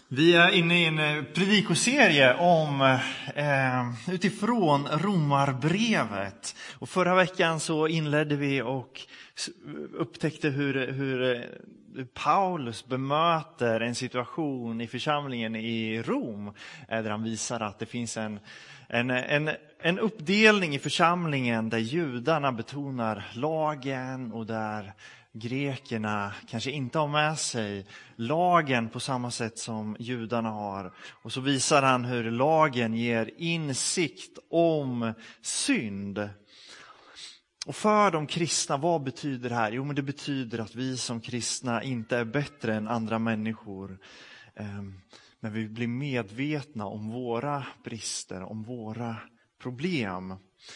Vi är inne i en predikoserie om utifrån Romarbrevet. Och förra veckan så inledde vi och upptäckte hur Paulus bemöter en situation i församlingen i Rom. Där han visar att det finns en uppdelning i församlingen där judarna betonar lagen och där grekerna kanske inte har med sig lagen på samma sätt som judarna har. Och så visar han hur lagen ger insikt om synd. Och för de kristna, vad betyder det här? Jo, men det betyder att vi som kristna inte är bättre än andra människor. Men vi blir medvetna om våra brister, om våra problem.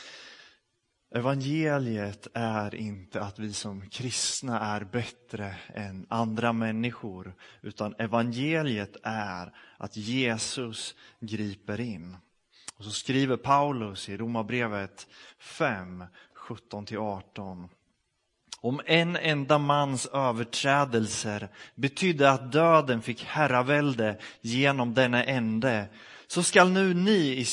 Evangeliet är inte att vi som kristna är bättre än andra människor, utan evangeliet är att Jesus griper in. Och så skriver Paulus i Romarbrevet 5, 17-18. Om en enda mans överträdelser betydde att döden fick herravälde genom denna ende, så skall nu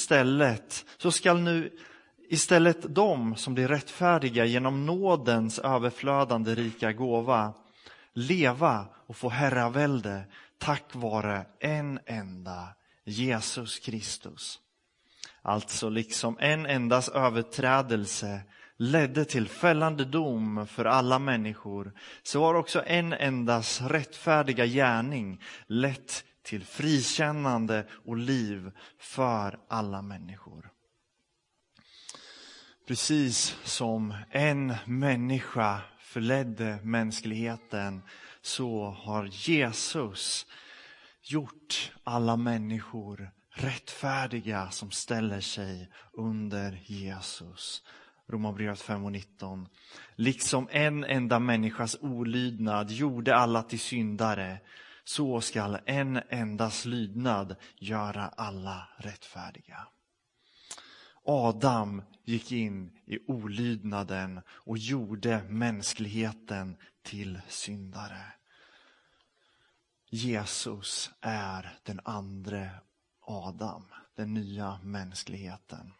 istället de som blir rättfärdiga genom nådens överflödande rika gåva leva och få herravälde tack vare en enda, Jesus Kristus. Alltså liksom en endas överträdelse ledde till fällande dom för alla människor, så har också en endas rättfärdiga gärning lett till frikännande och liv för alla människor. Precis som en människa förledde mänskligheten, så har Jesus gjort alla människor rättfärdiga som ställer sig under Jesus. Romarbrevet 5:19. Liksom en enda människas olydnad gjorde alla till syndare, så skall en endas lydnad göra alla rättfärdiga. Adam gick in i olydnaden och gjorde mänskligheten till syndare. Jesus är den andra Adam, den nya mänskligheten.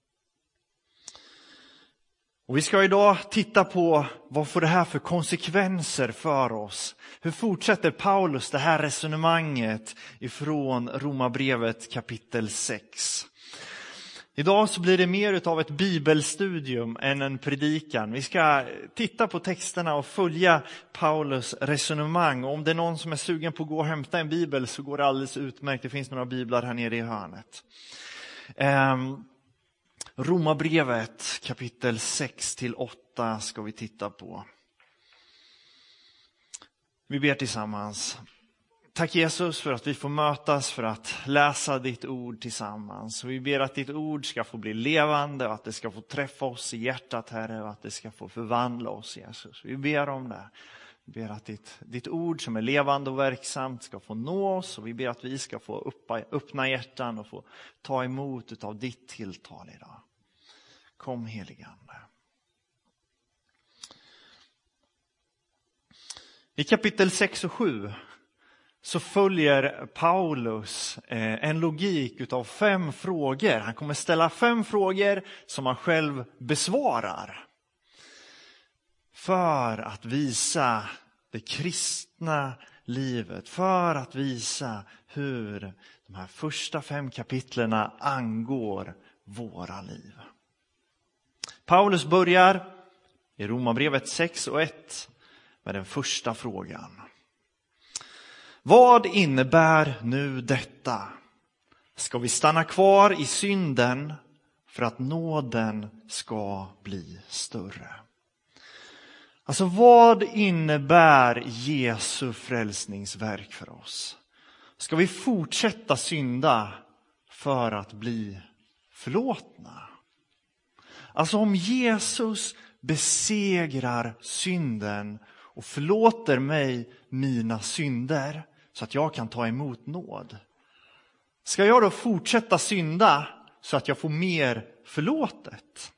Och vi ska idag titta på vad får det här för konsekvenser för oss. Hur fortsätter Paulus det här resonemanget ifrån Romarbrevet kapitel 6. Idag så blir det mer av ett bibelstudium än en predikan. Vi ska titta på texterna och följa Paulus resonemang. Och om det är någon som är sugen på att gå och hämta en bibel så går det alldeles utmärkt. Det finns några biblar här nere i hörnet. Romarbrevet kapitel 6-8 ska vi titta på. Vi ber tillsammans. Tack Jesus för att vi får mötas för att läsa ditt ord tillsammans. Och vi ber att ditt ord ska få bli levande och att det ska få träffa oss i hjärtat, Herre, och att det ska få förvandla oss, Jesus. Vi ber om det. Vi ber att ditt ord som är levande och verksamt ska få nå oss, och vi ber att vi ska få öppna hjärtan och få ta emot utav ditt tilltal idag. Kom, helige Ande. I kapitel 6 och 7 så följer Paulus en logik utav 5 frågor. Han kommer ställa 5 frågor som han själv besvarar. För att visa det kristna livet. För att visa hur de här första 5 kapitlerna angår våra liv. Paulus börjar i Romarbrevet 6:1 med den första frågan. Vad innebär nu detta? Ska vi stanna kvar i synden för att nåden ska bli större? Alltså, vad innebär Jesu frälsningsverk för oss? Ska vi fortsätta synda för att bli förlåtna? Alltså, om Jesus besegrar synden och förlåter mig mina synder så att jag kan ta emot nåd, ska jag då fortsätta synda så att jag får mer förlåtet?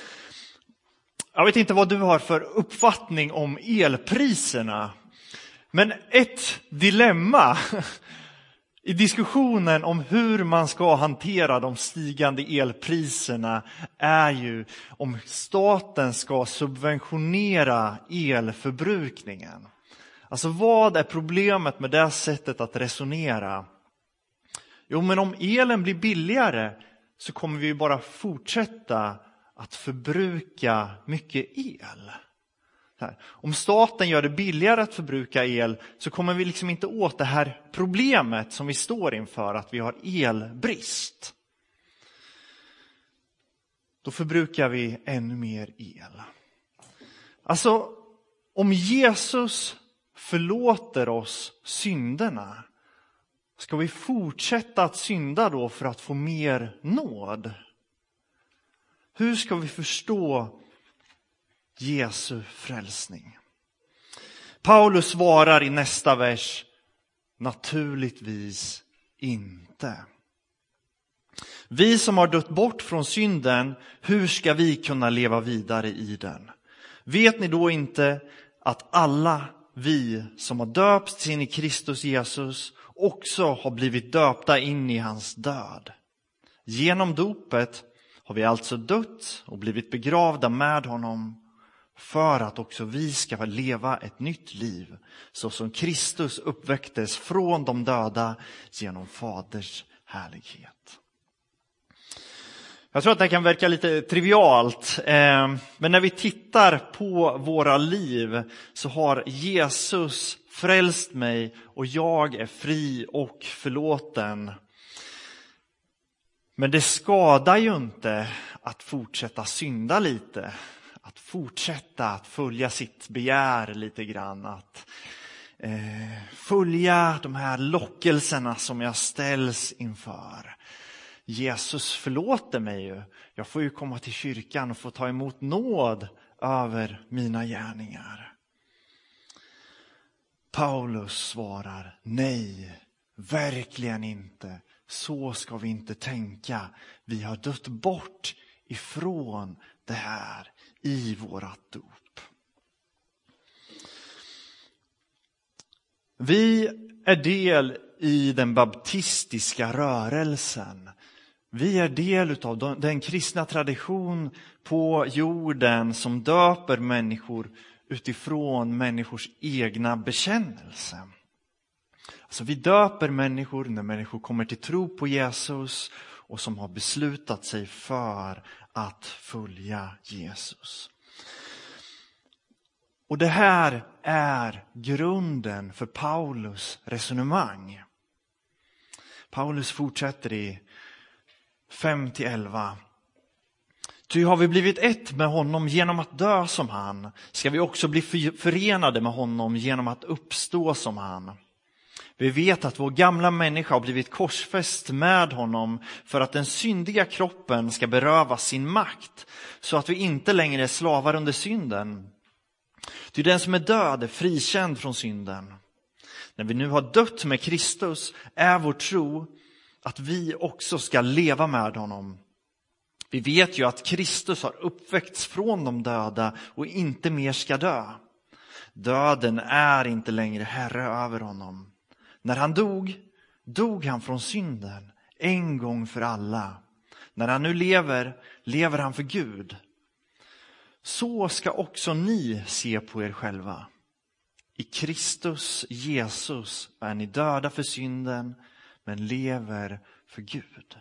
Jag vet inte vad du har för uppfattning om elpriserna, Men ett dilemma i diskussionen om hur man ska hantera de stigande elpriserna är ju om staten ska subventionera elförbrukningen. Alltså vad är problemet med det sättet att resonera? Jo, men om elen blir billigare så kommer vi bara fortsätta att förbruka mycket el. Om staten gör det billigare att förbruka el så kommer vi liksom inte åt det här problemet som vi står inför, att vi har elbrist. Då förbrukar vi ännu mer el. Alltså, om Jesus förlåter oss synderna, ska vi fortsätta att synda då för att få mer nåd? Hur ska vi förstå Jesu frälsning? Paulus svarar i nästa vers: naturligtvis inte. Vi som har dött bort från synden, hur ska vi kunna leva vidare i den? Vet ni då inte att alla vi som har döpts in i Kristus Jesus också har blivit döpta in i hans död? Genom dopet har vi alltså dött och blivit begravda med honom, för att också vi ska leva ett nytt liv, så som Kristus uppväcktes från de döda genom Faders härlighet. Jag tror att det kan verka lite trivialt, men när vi tittar på våra liv så har Jesus frälst mig och jag är fri och förlåten. Men det skadar ju inte att fortsätta synda lite. Att fortsätta att följa sitt begär lite grann. Att följa de här lockelserna som jag ställs inför. Jesus förlåter mig ju. Jag får ju komma till kyrkan och få ta emot nåd över mina gärningar. Paulus svarar: nej, verkligen inte. Så ska vi inte tänka. Vi har dött bort ifrån det här i vårat dop. Vi är del i den baptistiska rörelsen. Vi är del av den kristna tradition på jorden som döper människor utifrån människors egna bekännelse. Alltså vi döper människor när människor kommer till tro på Jesus och som har beslutat sig för att följa Jesus. Och det här är grunden för Paulus resonemang. Paulus fortsätter i 5-11. Ty har vi blivit ett med honom genom att dö som han, ska vi också bli förenade med honom genom att uppstå som han. Vi vet att vår gamla människa har blivit korsfäst med honom för att den syndiga kroppen ska berövas sin makt, så att vi inte längre är slavar under synden. Ty den som är död är frikänd från synden. När vi nu har dött med Kristus är vår tro att vi också ska leva med honom. Vi vet ju att Kristus har uppväckts från de döda och inte mer ska dö. Döden är inte längre herre över honom. När han dog han från synden en gång för alla. När han nu lever han för Gud. Så ska också ni se på er själva. I Kristus Jesus är ni döda för synden, men lever för Gud.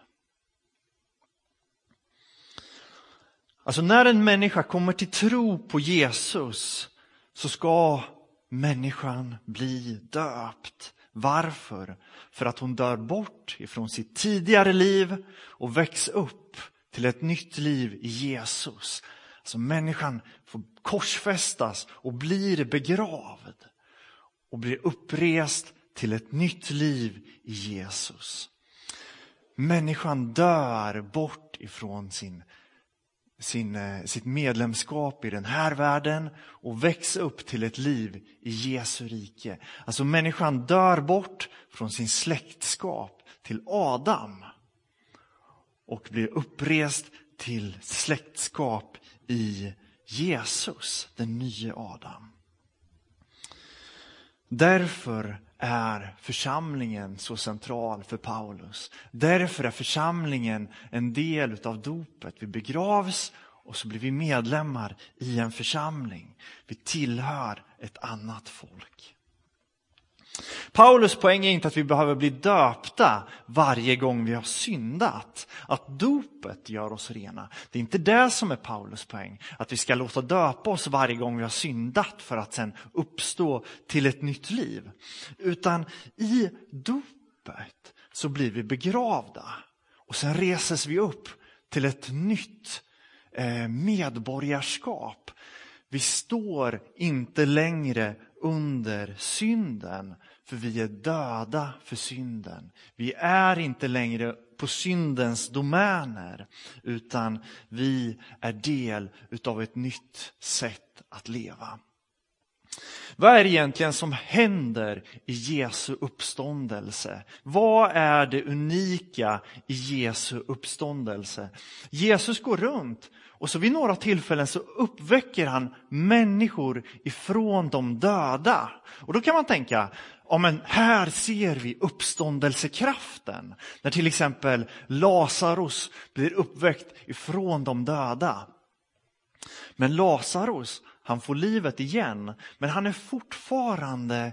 Alltså när en människa kommer till tro på Jesus så ska människan bli döpt. Varför? För att hon dör bort ifrån sitt tidigare liv och väcks upp till ett nytt liv i Jesus. Alltså människan får korsfästas och blir begravd och blir upprest till ett nytt liv i Jesus. Människan dör bort ifrån sitt medlemskap i den här världen och växer upp till ett liv i Jesu rike. Alltså människan dör bort från sin släktskap till Adam och blir upprest till släktskap i Jesus, den nya Adam. Därför är församlingen så central för Paulus. Därför är församlingen en del av dopet. Vi begravs och så blir vi medlemmar i en församling. Vi tillhör ett annat folk. Paulus poäng är inte att vi behöver bli döpta varje gång vi har syndat. Att dopet gör oss rena. Det är inte det som är Paulus poäng. Att vi ska låta döpa oss varje gång vi har syndat för att sen uppstå till ett nytt liv. Utan i dopet så blir vi begravda. Och sen reses vi upp till ett nytt medborgarskap. Vi står inte längre under synden, för vi är döda för synden. Vi är inte längre på syndens domäner, utan vi är del utav ett nytt sätt att leva. Vad är det egentligen som händer i Jesu uppståndelse? Vad är det unika i Jesu uppståndelse? Jesus går runt och så vid några tillfällen så uppväcker han människor ifrån de döda. Och då kan man tänka, ja, men här ser vi uppståndelsekraften. När till exempel Lazarus blir uppväckt ifrån de döda. Men Lazarus, han får livet igen, men han är fortfarande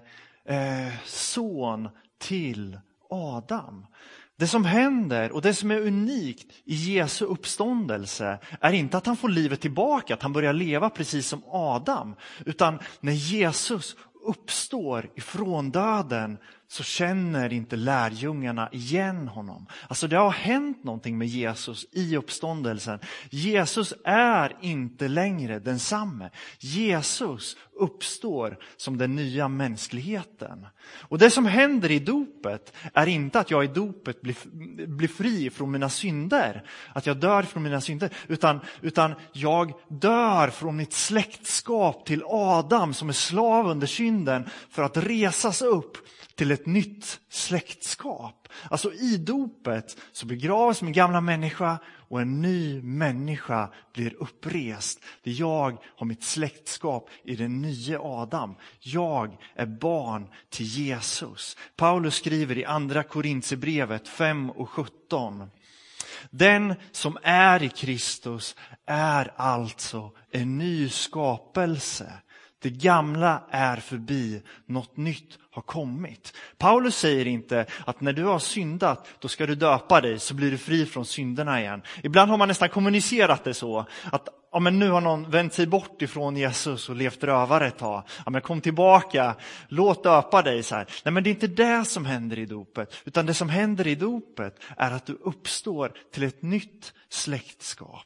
son till Adam. Det som händer och det som är unikt i Jesu uppståndelse är inte att han får livet tillbaka, att han börjar leva precis som Adam. Utan när Jesus uppstår ifrån döden så känner inte lärjungarna igen honom. Alltså det har hänt någonting med Jesus i uppståndelsen. Jesus är inte längre densamme. Jesus uppstår som den nya mänskligheten. Och det som händer i dopet är inte att jag i dopet blir fri från mina synder. Att jag dör från mina synder. Utan jag dör från mitt släktskap till Adam som är slav under synden för att resas upp till ett nytt släktskap. Alltså i dopet så begravs min gamla människa och en ny människa blir upprest. Det jag har mitt släktskap i den nya Adam. Jag är barn till Jesus. Paulus skriver i andra Korinthierbrevet 5:17. Den som är i Kristus är alltså en ny skapelse. Det gamla är förbi, något nytt har kommit. Paulus säger inte att när du har syndat, då ska du döpa dig så blir du fri från synderna igen. Ibland har man nästan kommunicerat det så, att ja, men nu har någon vänt sig bort ifrån Jesus och levt rövare ett tag. Ja, men kom tillbaka, låt döpa dig så här. Nej, men det är inte det som händer i dopet, utan det som händer i dopet är att du uppstår till ett nytt släktskap.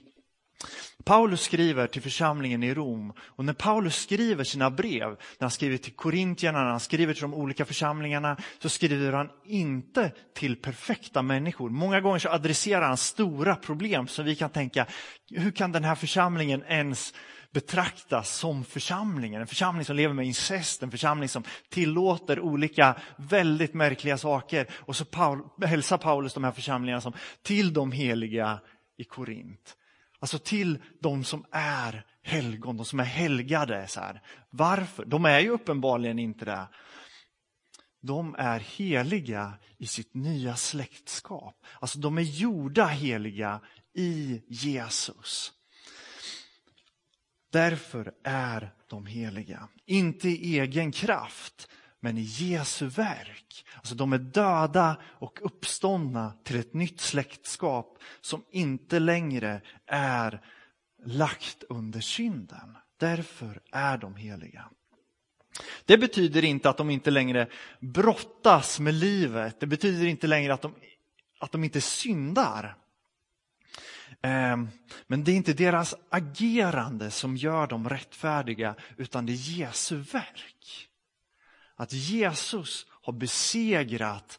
Paulus skriver till församlingen i Rom, och när Paulus skriver sina brev, när han skriver till korintierna, när han skriver till de olika församlingarna, så skriver han inte till perfekta människor. Många gånger så adresserar han stora problem så vi kan tänka, hur kan den här församlingen ens betraktas som församlingen? En församling som lever med incest, en församling som tillåter olika väldigt märkliga saker. Och så hälsar Paulus de här församlingarna som till de heliga i Korint. Alltså till de som är helgon, de som är helgade. Så här. Varför? De är ju uppenbarligen inte det. De är heliga i sitt nya släktskap. Alltså de är gjorda heliga i Jesus. Därför är de heliga. Inte i egen kraft, men i Jesu verk. Alltså de är döda och uppståndna till ett nytt släktskap som inte längre är lagt under synden. Därför är de heliga. Det betyder inte att de inte längre brottas med livet. Det betyder inte längre att de inte syndar. Men det är inte deras agerande som gör dem rättfärdiga, utan det är Jesu verk. Att Jesus har besegrat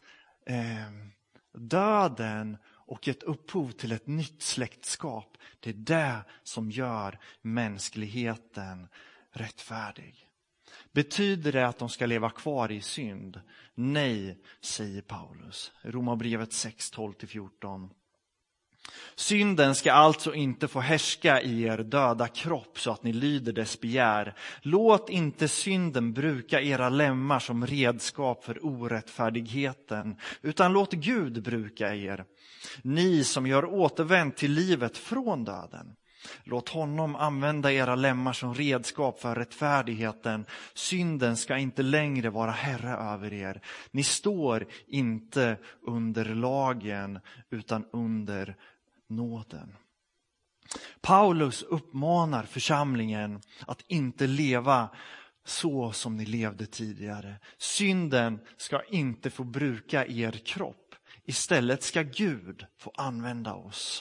döden och gett upphov till ett nytt släktskap. Det är det som gör mänskligheten rättfärdig. Betyder det att de ska leva kvar i synd? Nej, säger Paulus. Romarbrevet 6:12-14. Synden ska alltså inte få härska i er döda kropp så att ni lyder dess begär. Låt inte synden bruka era lemmar som redskap för orättfärdigheten, utan låt Gud bruka er. Ni som gör återvänd till livet från döden. Låt honom använda era lemmar som redskap för rättfärdigheten. Synden ska inte längre vara herre över er. Ni står inte under lagen utan under nåden. Paulus uppmanar församlingen att inte leva så som ni levde tidigare. Synden ska inte få bruka er kropp. Istället ska Gud få använda oss.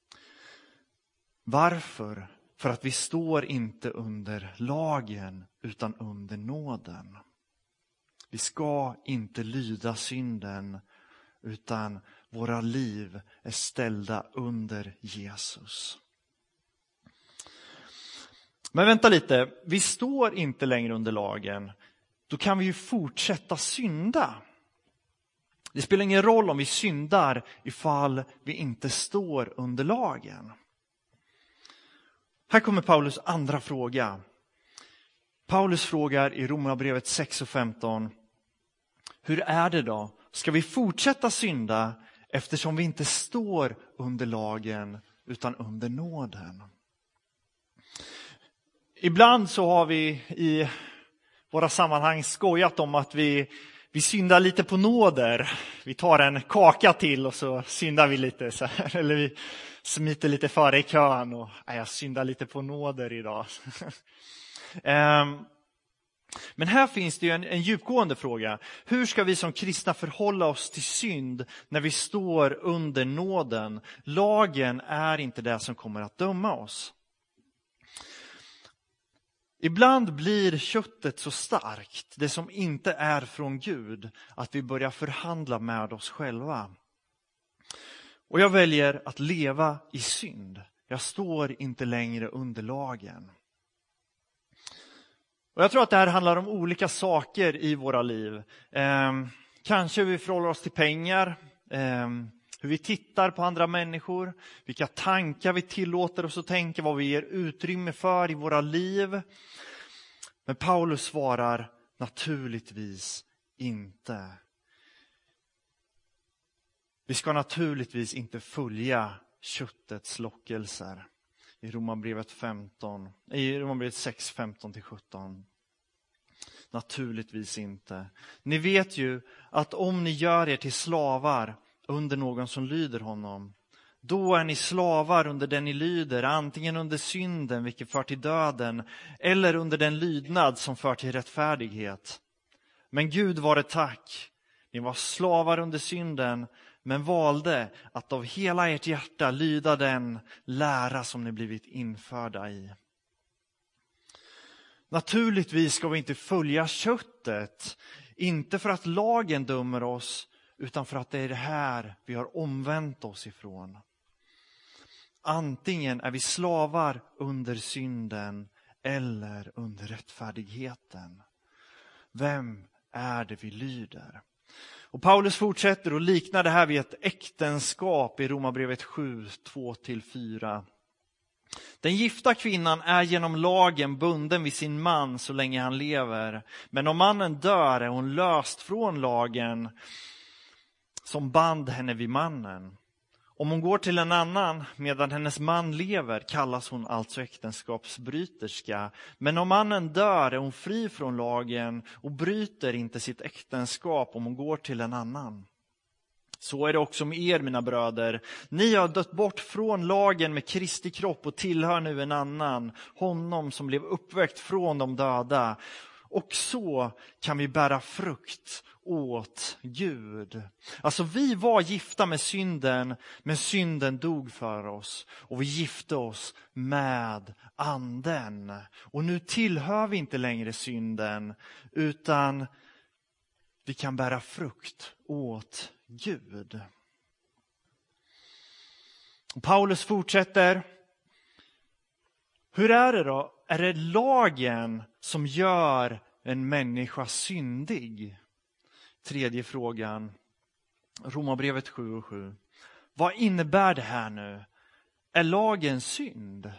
Varför? För att vi står inte under lagen utan under nåden. Vi ska inte lyda synden utan våra liv är ställda under Jesus. Men vänta lite, vi står inte längre under lagen. Då kan vi ju fortsätta synda. Det spelar ingen roll om vi syndar ifall vi inte står under lagen. Här kommer Paulus andra fråga. Paulus frågar i Romarbrevet 6:15. Hur är det då? Ska vi fortsätta synda eftersom vi inte står under lagen utan under nåden? Ibland så har vi i våra sammanhang skojat om att vi syndar lite på nåder. Vi tar en kaka till och så syndar vi lite så här. Eller vi smiter lite före i kön och jag syndar lite på nåder idag. Men här finns det ju en djupgående fråga. Hur ska vi som kristna förhålla oss till synd när vi står under nåden? Lagen är inte det som kommer att döma oss. Ibland blir köttet så starkt, det som inte är från Gud, att vi börjar förhandla med oss själva. Och jag väljer att leva i synd. Jag står inte längre under lagen. Och jag tror att det här handlar om olika saker i våra liv. Kanske hur vi förhåller oss till pengar, hur vi tittar på andra människor, vilka tankar vi tillåter oss att tänka, vad vi ger utrymme för i våra liv. Men Paulus svarar naturligtvis inte. Vi ska naturligtvis inte följa köttets lockelser. I Romarbrevet 6, 15-17. Naturligtvis inte. Ni vet ju att om ni gör er till slavar under någon som lyder honom, då är ni slavar under den ni lyder, antingen under synden vilket för till döden, eller under den lydnad som för till rättfärdighet. Men Gud vare tack, ni var slavar under synden, men valde att av hela ert hjärta lyda den lära som ni blivit införda i. Naturligtvis ska vi inte följa köttet, inte för att lagen dömer oss, utan för att det är det här vi har omvänt oss ifrån. Antingen är vi slavar under synden eller under rättfärdigheten. Vem är det vi lyder? Och Paulus fortsätter och liknar det här vid ett äktenskap i Romarbrevet 7, 2-4. Den gifta kvinnan är genom lagen bunden vid sin man så länge han lever. Men om mannen dör är hon löst från lagen som band henne vid mannen. Om hon går till en annan medan hennes man lever kallas hon alltså äktenskapsbryterska. Men om mannen dör är hon fri från lagen och bryter inte sitt äktenskap om hon går till en annan. Så är det också med er, mina bröder. Ni har dött bort från lagen med Kristi kropp och tillhör nu en annan, honom som blev uppväckt från de döda. Och så kan vi bära frukt åt Gud. Alltså vi var gifta med synden, men synden dog för oss. Och vi gifte oss med anden. Och nu tillhör vi inte längre synden, utan vi kan bära frukt åt Gud. Och Paulus fortsätter. Hur är det då? Är det lagen som gör en människa syndig? Tredje frågan. Romarbrevet 7:7. Vad innebär det här nu? Är lagen synd?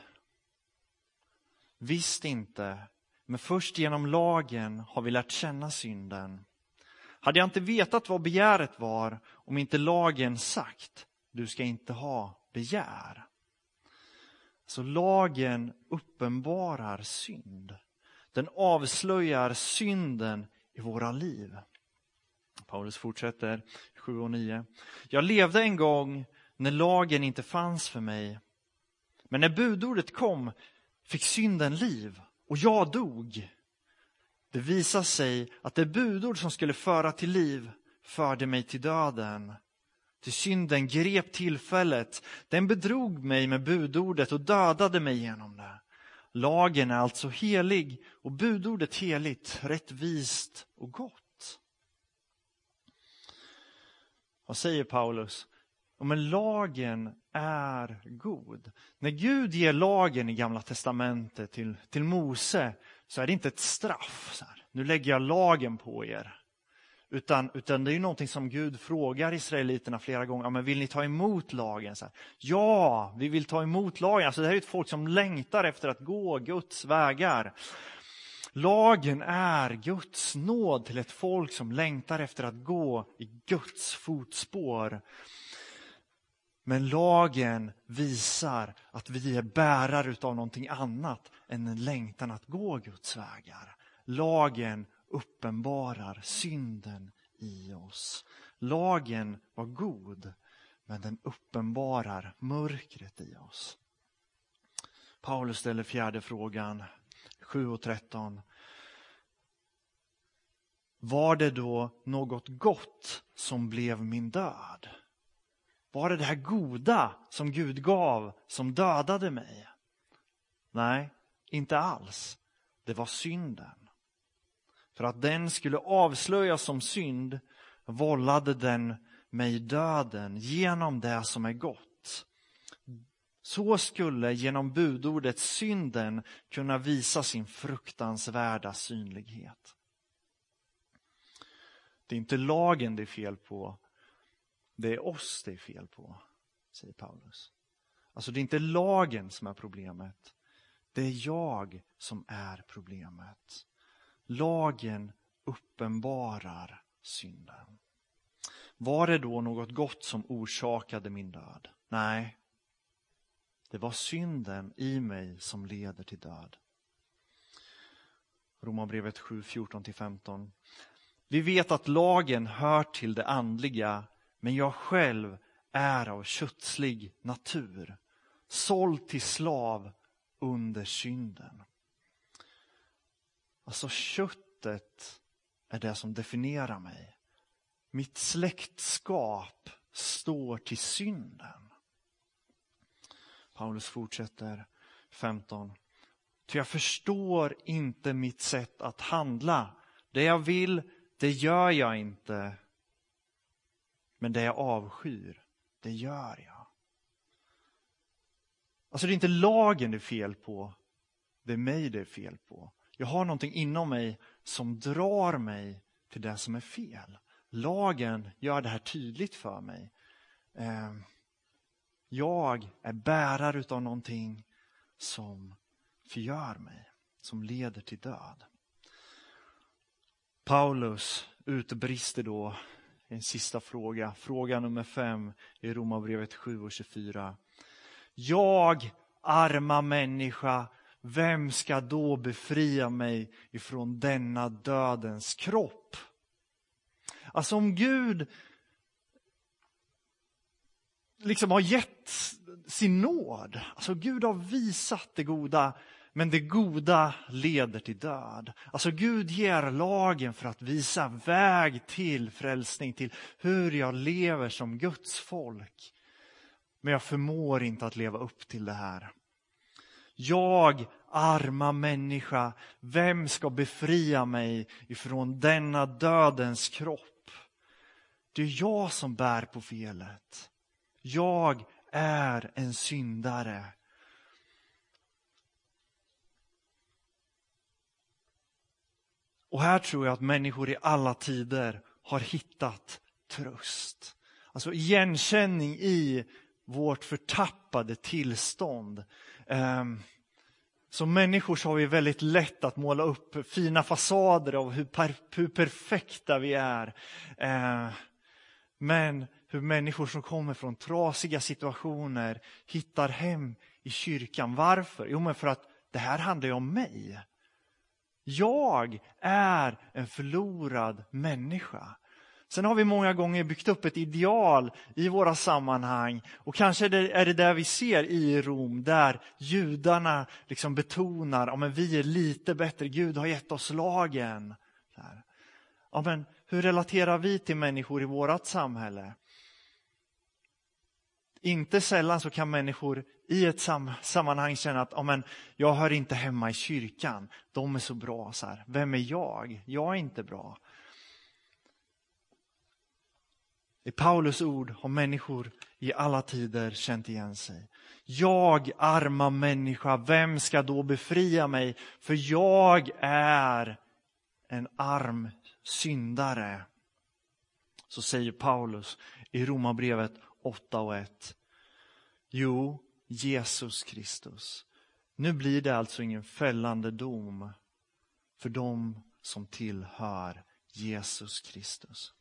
Visst inte. Men först genom lagen har vi lärt känna synden. Hade jag inte vetat vad begäret var om inte lagen sagt, du ska inte ha begär. Så lagen uppenbarar synd. Den avslöjar synden i våra liv. Paulus fortsätter 7 och 9. Jag levde en gång när lagen inte fanns för mig. Men när budordet kom fick synden liv och jag dog. Det visade sig att det budord som skulle föra till liv förde mig till döden. Till synden grep tillfället. Den bedrog mig med budordet och dödade mig genom det. Lagen är alltså helig och budordet heligt, rättvist och gott. Vad säger Paulus? Men lagen är god. När Gud ger lagen i Gamla testamentet till Mose så är det inte ett straff. Så här, nu lägger jag lagen på er. Utan det är ju någonting som Gud frågar israeliterna flera gånger. Ja, men vill ni ta emot lagen? Så här, ja, vi vill ta emot lagen. Alltså det här är ett folk som längtar efter att gå Guds vägar. Lagen är Guds nåd till ett folk som längtar efter att gå i Guds fotspår. Men lagen visar att vi är bärare av någonting annat än en längtan att gå Guds vägar. Lagen uppenbarar synden i oss. Lagen var god, men den uppenbarar mörkret i oss. Paulus ställer fjärde frågan, 7 och 13. Var det då något gott som blev min död? Var det här goda som Gud gav som dödade mig? Nej, inte alls. Det var synden. För att den skulle avslöjas som synd vållade den mig döden genom det som är gott. Så skulle genom budordet synden kunna visa sin fruktansvärda synlighet. Det är inte lagen det är fel på. Det är oss det är fel på, säger Paulus. Alltså det är inte lagen som är problemet. Det är jag som är problemet. Lagen uppenbarar synden. Var det då något gott som orsakade min död? Nej, det var synden i mig som leder till död. Romarbrevet 7, 14-15. Vi vet att lagen hör till det andliga, men jag själv är av kötslig natur, såld till slav under synden. Alltså köttet är det som definierar mig. Mitt släktskap står till synden. Paulus fortsätter 15. Ty jag förstår inte mitt sätt att handla. Det jag vill, det gör jag inte. Men det jag avskyr, det gör jag. Alltså det är inte lagen det är fel på. Det är mig det är fel på. Jag har någonting inom mig som drar mig till det som är fel. Lagen gör det här tydligt för mig. Jag är bärare av någonting som förgör mig. Som leder till död. Paulus utbrister då en sista fråga. Fråga nummer 5 i Romarbrevet 7 och 24. Jag, arma människa, vem ska då befria mig ifrån denna dödens kropp? Alltså om Gud liksom har gett sin nåd. Alltså Gud har visat det goda, men det goda leder till död. Alltså Gud ger lagen för att visa väg till frälsning, till hur jag lever som Guds folk. Men jag förmår inte att leva upp till det här. Jag, arma människa, vem ska befria mig ifrån denna dödens kropp? Det är jag som bär på felet. Jag är en syndare. Och här tror jag att människor i alla tider har hittat tröst. Alltså igenkänning i vårt förtappade tillstånd. Som människor så har vi väldigt lätt att måla upp fina fasader av hur perfekta vi är. Men hur människor som kommer från trasiga situationer hittar hem i kyrkan. Varför? Jo, men för att det här handlar ju om mig. Jag är en förlorad människa. Sen har vi många gånger byggt upp ett ideal i våra sammanhang. Och kanske är det där vi ser i Rom, där judarna liksom betonar att vi är lite bättre, Gud har gett oss lagen. Ja, men hur relaterar vi till människor i vårt samhälle? Inte sällan så kan människor i ett sammanhang känna att jag hör inte hemma i kyrkan. De är så bra. Så här. Vem är jag? Jag är inte bra. I Paulus ord har människor i alla tider känt igen sig. Jag, arma människa, vem ska då befria mig? För jag är en arm syndare. Så säger Paulus i Romarbrevet 8:1. Jo, Jesus Kristus. Nu blir det alltså ingen fällande dom för dem som tillhör Jesus Kristus.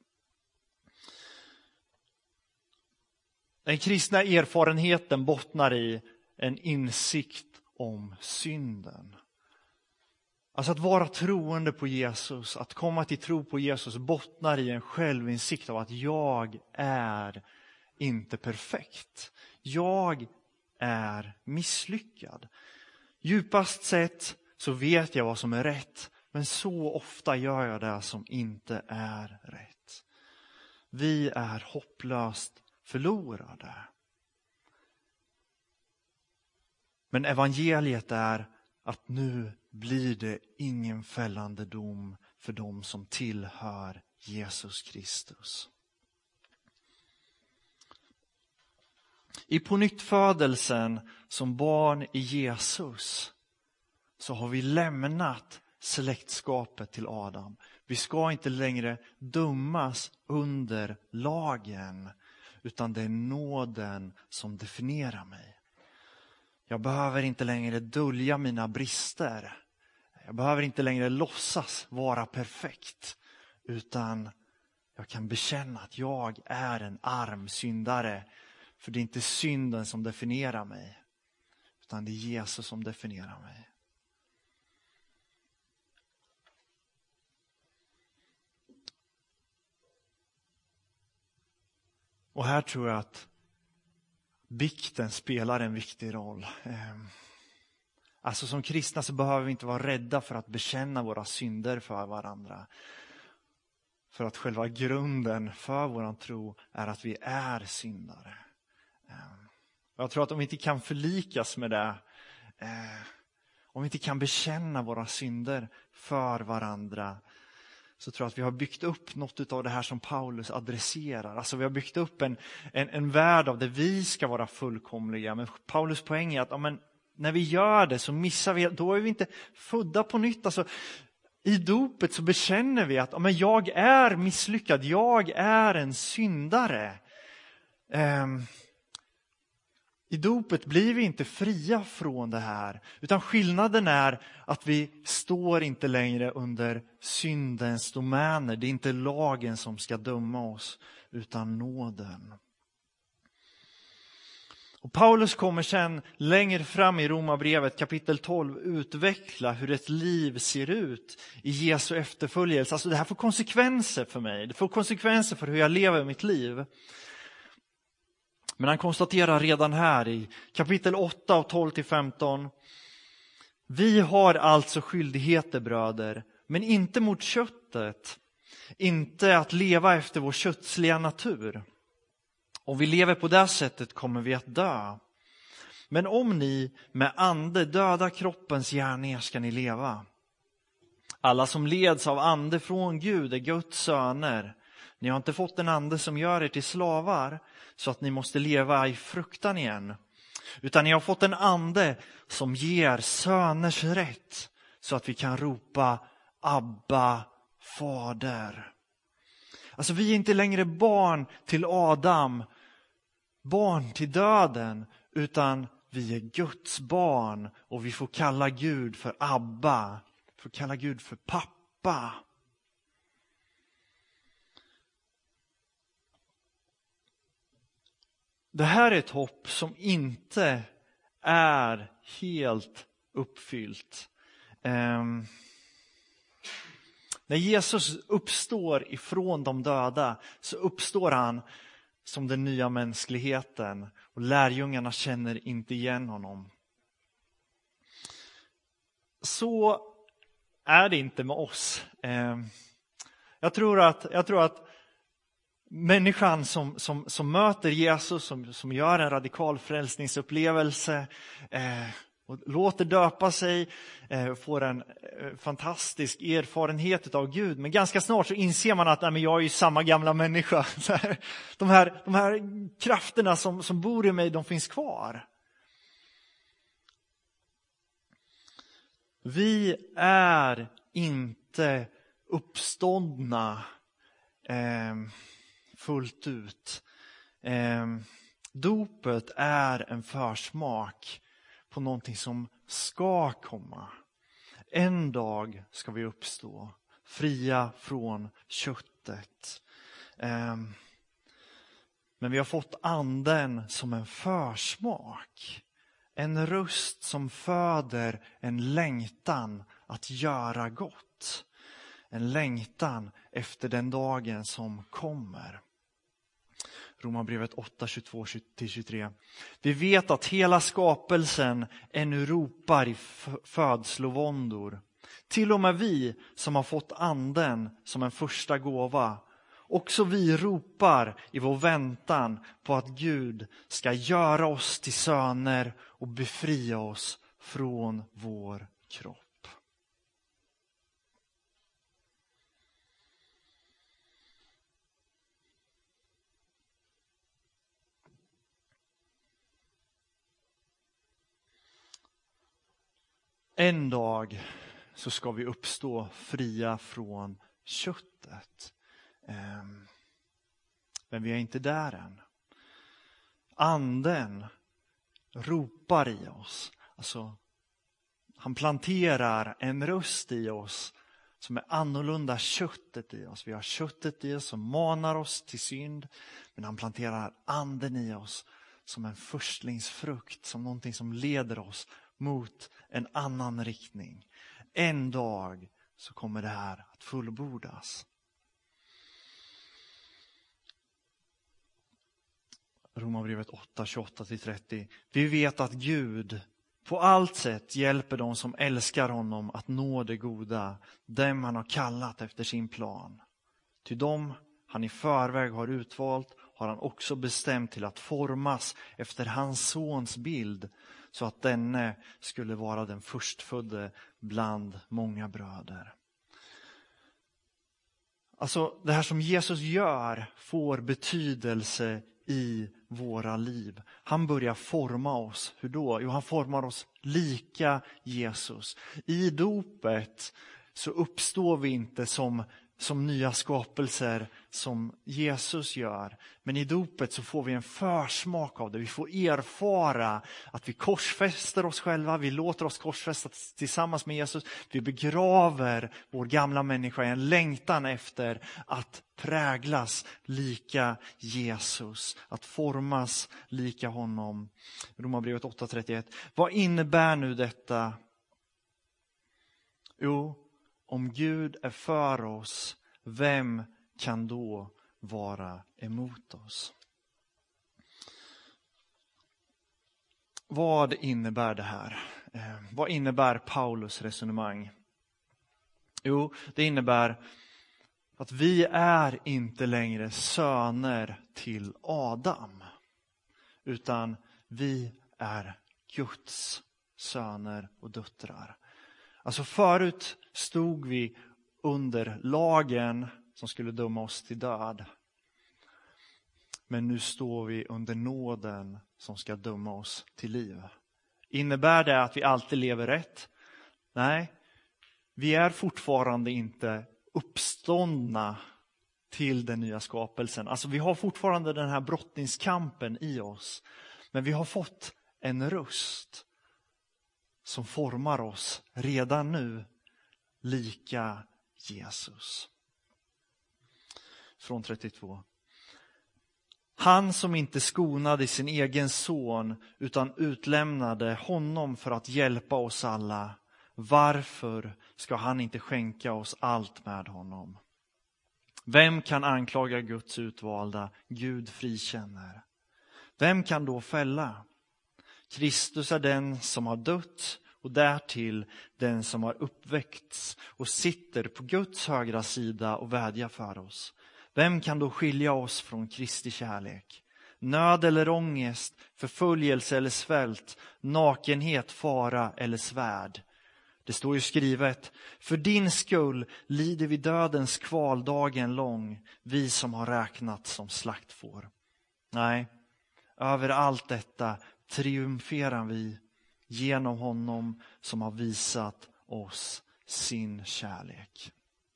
Den kristna erfarenheten bottnar i en insikt om synden. Alltså att vara troende på Jesus, att komma till tro på Jesus bottnar i en självinsikt av att jag är inte perfekt. Jag är misslyckad. Djupast sett så vet jag vad som är rätt, men så ofta gör jag det som inte är rätt. Vi är hopplöst förlorade. Men evangeliet är att nu blir det ingen fällande dom för dem som tillhör Jesus Kristus. I pånyttfödelsen som barn i Jesus så har vi lämnat släktskapet till Adam. Vi ska inte längre dömas under lagen, utan det är nåden som definierar mig. Jag behöver inte längre dölja mina brister. Jag behöver inte längre låtsas vara perfekt, utan jag kan bekänna att jag är en arm syndare. För det är inte synden som definierar mig, utan det är Jesus som definierar mig. Och här tror jag att bikten spelar en viktig roll. Alltså som kristna så behöver vi inte vara rädda för att bekänna våra synder för varandra. För att själva grunden för våran tro är att vi är syndare. Jag tror att om vi inte kan förlikas med det, om vi inte kan bekänna våra synder för varandra, så tror jag att vi har byggt upp något av det här som Paulus adresserar. Alltså vi har byggt upp en värld av det vi ska vara fullkomliga. Men Paulus poäng är att när vi gör det så missar vi, då är vi inte födda på nytt. Alltså, i dopet så bekänner vi att jag är misslyckad, jag är en syndare. I dopet blir vi inte fria från det här, utan skillnaden är att vi står inte längre under syndens domäner. Det är inte lagen som ska döma oss, utan nåden. Och Paulus kommer sen längre fram i Romarbrevet kapitel 12 utveckla hur ett liv ser ut i Jesu efterföljelse. Alltså det här får konsekvenser för mig. Det får konsekvenser för hur jag lever mitt liv. Men han konstaterar redan här i kapitel 8 och 12-15. Vi har alltså skyldigheter, bröder, men inte mot köttet. Inte att leva efter vår kötsliga natur. Om vi lever på det sättet kommer vi att dö. Men om ni med ande döda kroppens gärningar ska ni leva. Alla som leds av ande från Gud är Guds söner. Ni har inte fått en ande som gör er till slavar så att ni måste leva i fruktan igen. Utan ni har fått en ande som ger söners rätt så att vi kan ropa Abba, Fader. Alltså vi är inte längre barn till Adam, barn till döden, utan vi är Guds barn och vi får kalla Gud för Abba, får kalla Gud för pappa. Det här är ett hopp som inte är helt uppfyllt. När Jesus uppstår ifrån de döda så uppstår han som den nya mänskligheten och lärjungarna känner inte igen honom. Så är det inte med oss. Jag tror att människan som möter Jesus, som gör en radikal frälsningsupplevelse och låter döpa sig, får en fantastisk erfarenhet av Gud. Men ganska snart så inser man att jag är ju samma gamla människa. De här krafterna som bor i mig, de finns kvar. Vi är inte uppståndna fullt ut. Dopet är en försmak på någonting som ska komma. En dag ska vi uppstå, fria från köttet. Men vi har fått anden som en försmak. En röst som föder en längtan att göra gott. En längtan efter den dagen som kommer. Romarbrevet 8, 22-23. Vi vet att hela skapelsen ännu ropar i födslovåndor. Till och med vi som har fått anden som en första gåva. Också vi ropar i vår väntan på att Gud ska göra oss till söner och befria oss från vår kropp. En dag så ska vi uppstå fria från köttet. Men vi är inte där än. Anden ropar i oss. Alltså, han planterar en röst i oss som är annorlunda köttet i oss. Vi har köttet i oss som manar oss till synd. Men han planterar anden i oss som en förstlingsfrukt. Som någonting som leder oss mot en annan riktning. En dag så kommer det här att fullbordas. Romarbrevet 8, 28-30. Vi vet att Gud på allt sätt hjälper de som älskar honom att nå det goda. Dem han har kallat efter sin plan. Till dem han i förväg har utvalt har han också bestämt till att formas efter hans sons bild. Så att denne skulle vara den förstfödde bland många bröder. Alltså det här som Jesus gör får betydelse i våra liv. Han börjar forma oss. Hur då? Jo, han formar oss lika Jesus. I dopet så uppstår vi inte som nya skapelser som Jesus gör. Men i dopet så får vi en försmak av det. Vi får erfara att vi korsfäster oss själva. Vi låter oss korsfästas tillsammans med Jesus. Vi begraver vår gamla människa i en längtan efter att präglas lika Jesus. Att formas lika honom. Romarbrevet 8:31. Vad innebär nu detta? Jo, om Gud är för oss, vem kan då vara emot oss? Vad innebär det här? Vad innebär Paulus resonemang? Jo, det innebär att vi är inte längre söner till Adam. Utan vi är Guds söner och döttrar. Alltså förut stod vi under lagen som skulle döma oss till död. Men nu står vi under nåden som ska döma oss till liv. Innebär det att vi alltid lever rätt? Nej, vi är fortfarande inte uppståndna till den nya skapelsen. Alltså vi har fortfarande den här brottningskampen i oss. Men vi har fått en röst som formar oss redan nu lika Jesus. Från 32. Han som inte skonade sin egen son utan utlämnade honom för att hjälpa oss alla. Varför ska han inte skänka oss allt med honom? Vem kan anklaga Guds utvalda? Gud frikänner. Vem kan då fälla? Kristus är den som har dött och därtill den som har uppväckts och sitter på Guds högra sida och vädjar för oss. Vem kan då skilja oss från Kristi kärlek? Nöd eller ångest, förföljelse eller svält, nakenhet, fara eller svärd. Det står ju skrivet, för din skull lider vi dödens kvaldagen lång, vi som har räknat som slaktfår. Nej, över allt detta triumferar vi genom honom som har visat oss sin kärlek.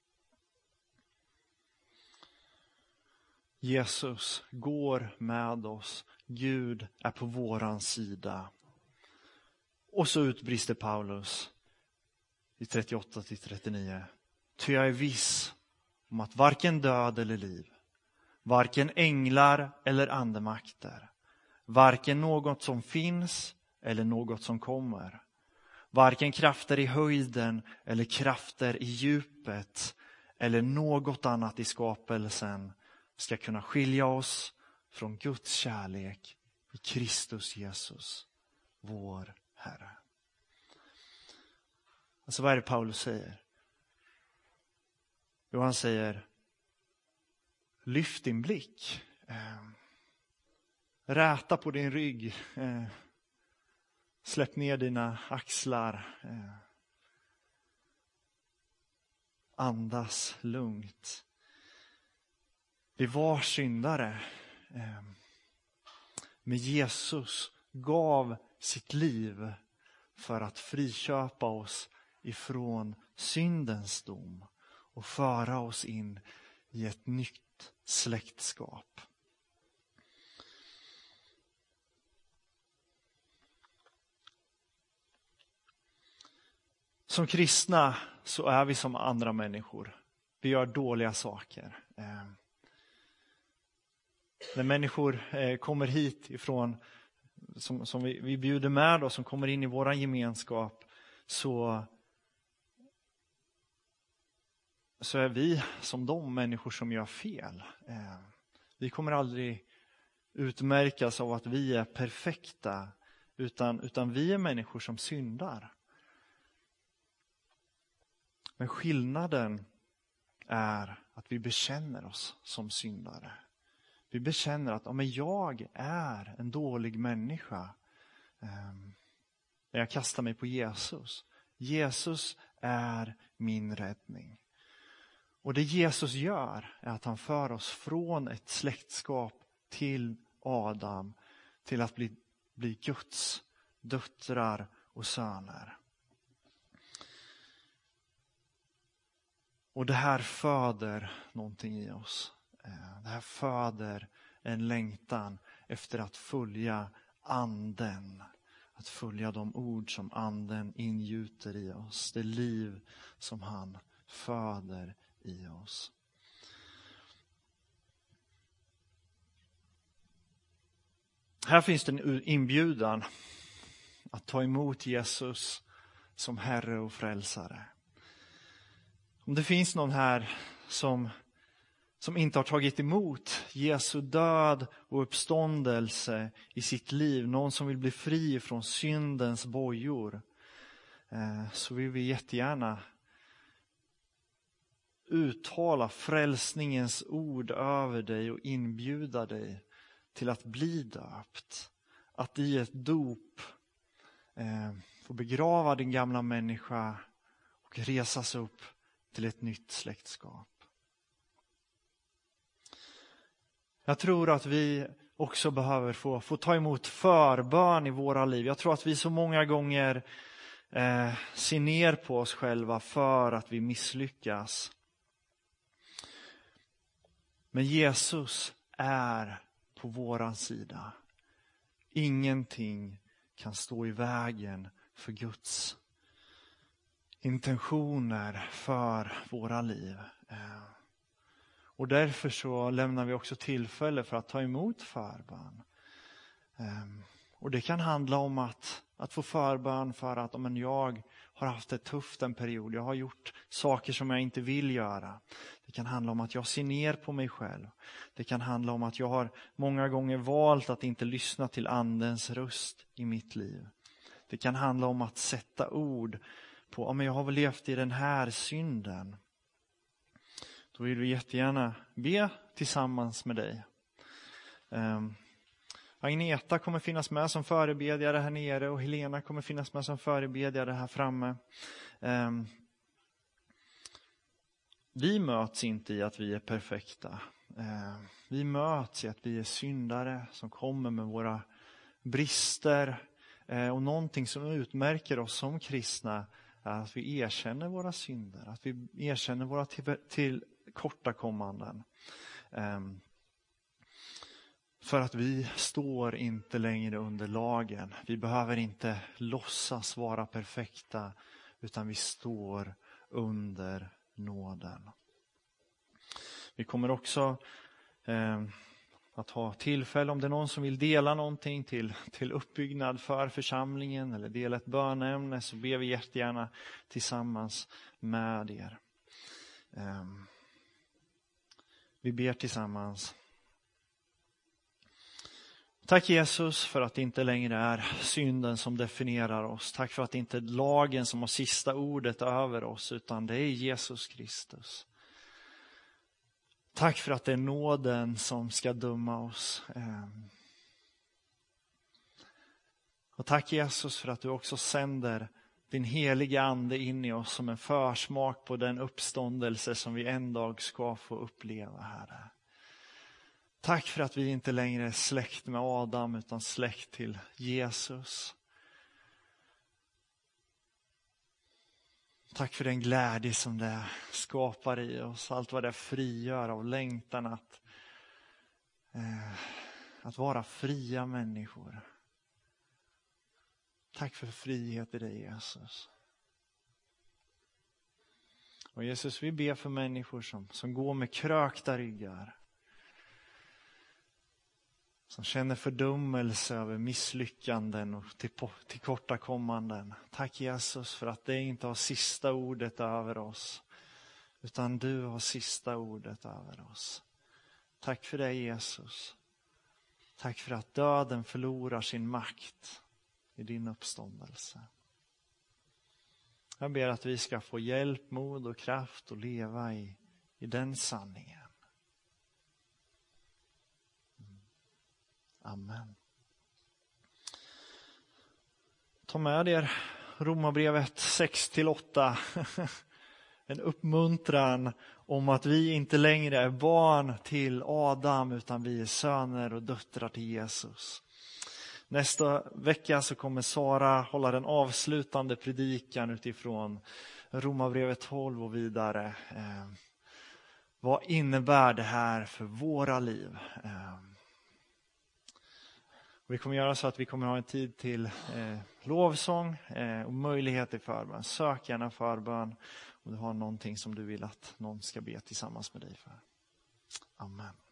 Jesus går med oss. Gud är på våran sida. Och så utbrister Paulus i 38-39. Ty jag är viss om att varken död eller liv, varken änglar eller andemakter, varken något som finns eller något som kommer, varken krafter i höjden eller krafter i djupet eller något annat i skapelsen ska kunna skilja oss från Guds kärlek i Kristus Jesus, vår Herre. Alltså vad är det Paulus säger? Jo, han säger, lyft din blick. Räta på din rygg. Släpp ner dina axlar. Andas lugnt. Vi var syndare. Men Jesus gav sitt liv för att friköpa oss ifrån syndens dom och föra oss in i ett nytt släktskap. Som kristna så är vi som andra människor. Vi gör dåliga saker. När människor kommer hit ifrån, som vi bjuder med oss, som kommer in i våran gemenskap, så är vi som de människor som gör fel. Vi kommer aldrig utmärkas av att vi är perfekta, utan vi är människor som syndar. Men skillnaden är att vi bekänner oss som syndare. Vi bekänner att jag är en dålig människa. Jag kastar mig på Jesus. Jesus är min räddning. Och det Jesus gör är att han för oss från ett släktskap till Adam till att bli Guds döttrar och söner. Och det här föder någonting i oss. Det här föder en längtan efter att följa anden. Att följa de ord som anden ingjuter i oss. Det liv som han föder i oss. Här finns det en inbjudan att ta emot Jesus som Herre och frälsare. Om det finns någon här som inte har tagit emot Jesu död och uppståndelse i sitt liv, någon som vill bli fri från syndens bojor, så vill vi jättegärna uttala frälsningens ord över dig och inbjuda dig till att bli döpt. Att i ett dop få begrava din gamla människa och resas upp till ett nytt släktskap. Jag tror att vi också behöver få ta emot förbön i våra liv. Jag tror att vi så många gånger ser ner på oss själva för att vi misslyckas. Men Jesus är på våran sida. Ingenting kan stå i vägen för Guds intentioner för våra liv. Och därför så lämnar vi också tillfälle för att ta emot förbön. Och det kan handla om att få förbön för att om jag har haft det tufft en period. Jag har gjort saker som jag inte vill göra. Det kan handla om att jag ser ner på mig själv. Det kan handla om att jag har många gånger valt att inte lyssna till andens röst i mitt liv. Det kan handla om att sätta ord på, men jag har väl levt i den här synden. Då vill vi jättegärna be tillsammans med dig. Agneta kommer finnas med som förebedjare här nere och Helena kommer finnas med som förebedjare här framme. Vi möts inte i att vi är perfekta. Vi möts i att vi är syndare som kommer med våra brister. Och någonting som utmärker oss som kristna är att vi erkänner våra synder. Att vi erkänner våra tillkortakommanden. För att vi står inte längre under lagen. Vi behöver inte låtsas vara perfekta, utan vi står under nåden. Vi kommer också att ha tillfälle, om det är någon som vill dela någonting till uppbyggnad för församlingen eller dela ett bönämne, så ber vi jättegärna tillsammans med er. Vi ber tillsammans. Tack Jesus för att det inte längre är synden som definierar oss. Tack för att det inte är lagen som har sista ordet över oss, utan det är Jesus Kristus. Tack för att det är nåden som ska döma oss. Och tack Jesus för att du också sänder din heliga ande in i oss som en försmak på den uppståndelse som vi en dag ska få uppleva, Herre. Tack för att vi inte längre är släkt med Adam utan släkt till Jesus. Tack för den glädje som det skapar i oss. Allt vad det frigör av längtan att vara fria människor. Tack för frihet i dig Jesus. Och Jesus, vi ber för människor som går med krökta ryggar. Som känner fördömelse över misslyckanden och tillkortakommanden. Tack Jesus för att det inte har sista ordet över oss. Utan du har sista ordet över oss. Tack för det Jesus. Tack för att döden förlorar sin makt i din uppståndelse. Jag ber att vi ska få hjälp, mod och kraft att leva i den sanningen. Amen. Ta med er Romarbrevet 6-8. En uppmuntran om att vi inte längre är barn till Adam utan vi är söner och döttrar till Jesus. Nästa vecka så kommer Sara hålla den avslutande predikan utifrån Romarbrevet 12 och vidare. Vad innebär det här för våra liv? Vi kommer göra så att vi kommer ha en tid till lovsång och möjlighet till förbön. Sök gärna förbön om du har någonting som du vill att någon ska be tillsammans med dig för. Amen.